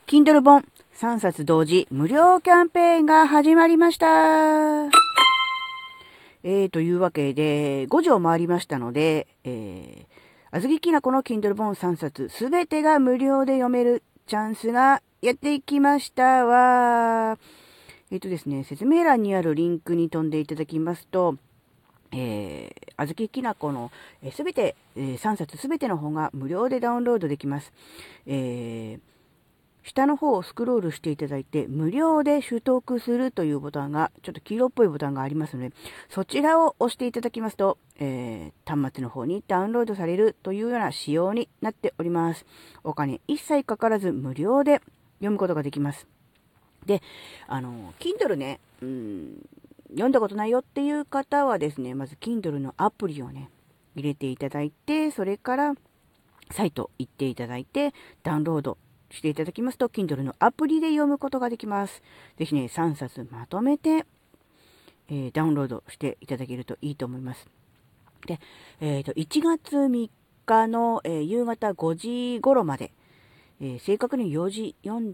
Kindle 本3冊同時無料キャンペーンが始まりました。というわけで、5時を回りましたので、あずききなこの Kindle 本3冊すべてが無料で読めるチャンスがやっていきましたわ。ですね、説明欄にあるリンクに飛んでいただきますと、あずききなこのすべて、3冊すべての本が無料でダウンロードできます。下の方をスクロールしていただいて、無料で取得するというボタンが、ちょっと黄色っぽいボタンがありますので、そちらを押していただきますと、端末の方にダウンロードされるというような仕様になっております。お金一切かからず無料で読むことができます。で、Kindle ね、読んだことないよっていう方はですね、まず Kindle のアプリをね、入れていただいて、それからサイト行っていただいて、ダウンロードしていただきますと、Kindle のアプリで読むことができます。ぜひね、3冊まとめて、ダウンロードしていただけるといいと思います。で、1月3日の、夕方5時頃まで、正確に4時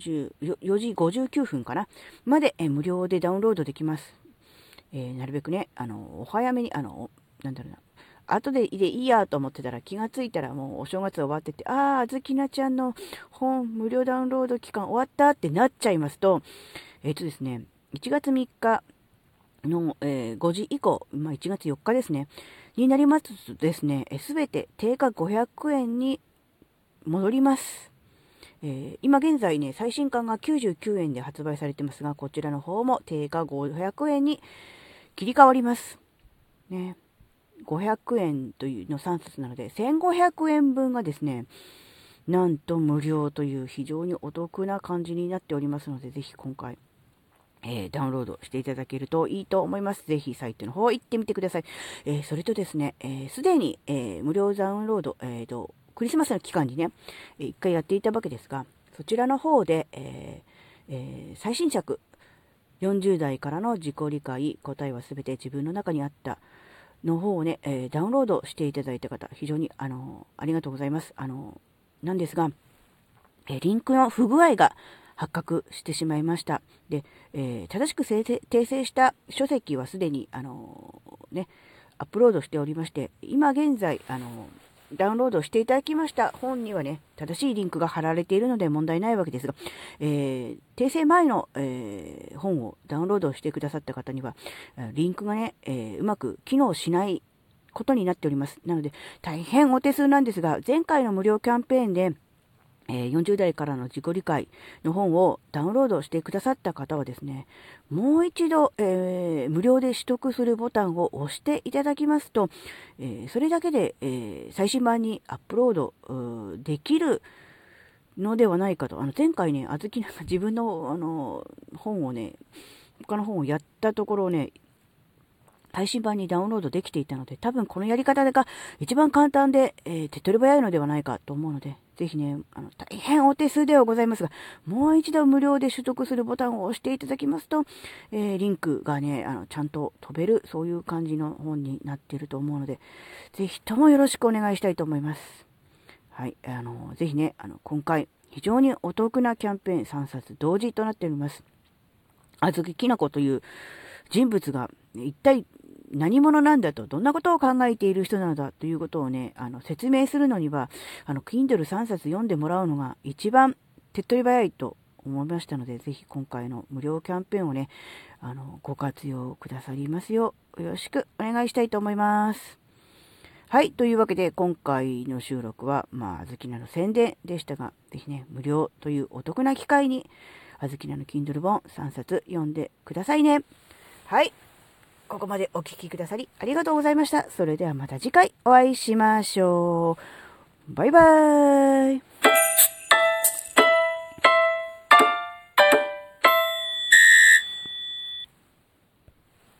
59分かなまで、無料でダウンロードできます。なるべくね、お早めに、なんだろうな、後でいいやと思ってたら気がついたらもうお正月終わってて、あずきなちゃんの本無料ダウンロード期間終わったってなっちゃいますと、ですね、1月3日の、5時以降、1月4日ですね、になりますとですね、すべて定価500円に戻ります。今現在ね、最新刊が99円で発売されてますが、こちらの方も定価500円に切り替わります。ね。500円というの3冊なので、1500円分がですね、なんと無料という非常にお得な感じになっておりますので、ぜひ今回、ダウンロードしていただけるといいと思います。ぜひサイトの方行ってみてください。それとですね、すでに、無料ダウンロード、クリスマスの期間にね、一回やっていたわけですが、そちらの方で、最新作、40代からの自己理解、答えはすべて自分の中にあったの方をね、ダウンロードしていただいた方、非常にありがとうございます。なんですが、リンクの不具合が発覚してしまいました。で、正しく訂正した書籍はすでに、アップロードしておりまして、今現在、ダウンロードしていただきました本にはね、正しいリンクが貼られているので問題ないわけですが、訂正前の、本をダウンロードしてくださった方には、リンクがね、うまく機能しないことになっております。なので、大変お手数なんですが、前回の無料キャンペーンで、40代からの自己理解の本をダウンロードしてくださった方はですね、もう一度、無料で取得するボタンを押していただきますと、それだけで、最新版にアップロードできるのではないかと。前回ね、あずきなんか自分の、本をね、他の本をやったところね、最新版にダウンロードできていたので、多分このやり方が一番簡単で、手っ取り早いのではないかと思うので、ぜひね、大変お手数ではございますが、もう一度無料で取得するボタンを押していただきますと、リンクがね、ちゃんと飛べる、そういう感じの本になっていると思うので、ぜひともよろしくお願いしたいと思います。はい、ぜひね、今回、非常にお得なキャンペーン3冊同時となっております。あずききなこという人物が一体何者なんだと、どんなことを考えている人なのだということをね、説明するのには、Kindle 3冊読んでもらうのが一番手っ取り早いと思いましたので、ぜひ今回の無料キャンペーンをね、ご活用くださりますよう、よろしくお願いしたいと思います。はい。というわけで、今回の収録は、あずきなの宣伝でしたが、ぜひね、無料というお得な機会に、あずきなの Kindle 本3冊読んでくださいね。はい。ここまでお聞きくださりありがとうございました。それではまた次回お会いしましょう。バイバーイ。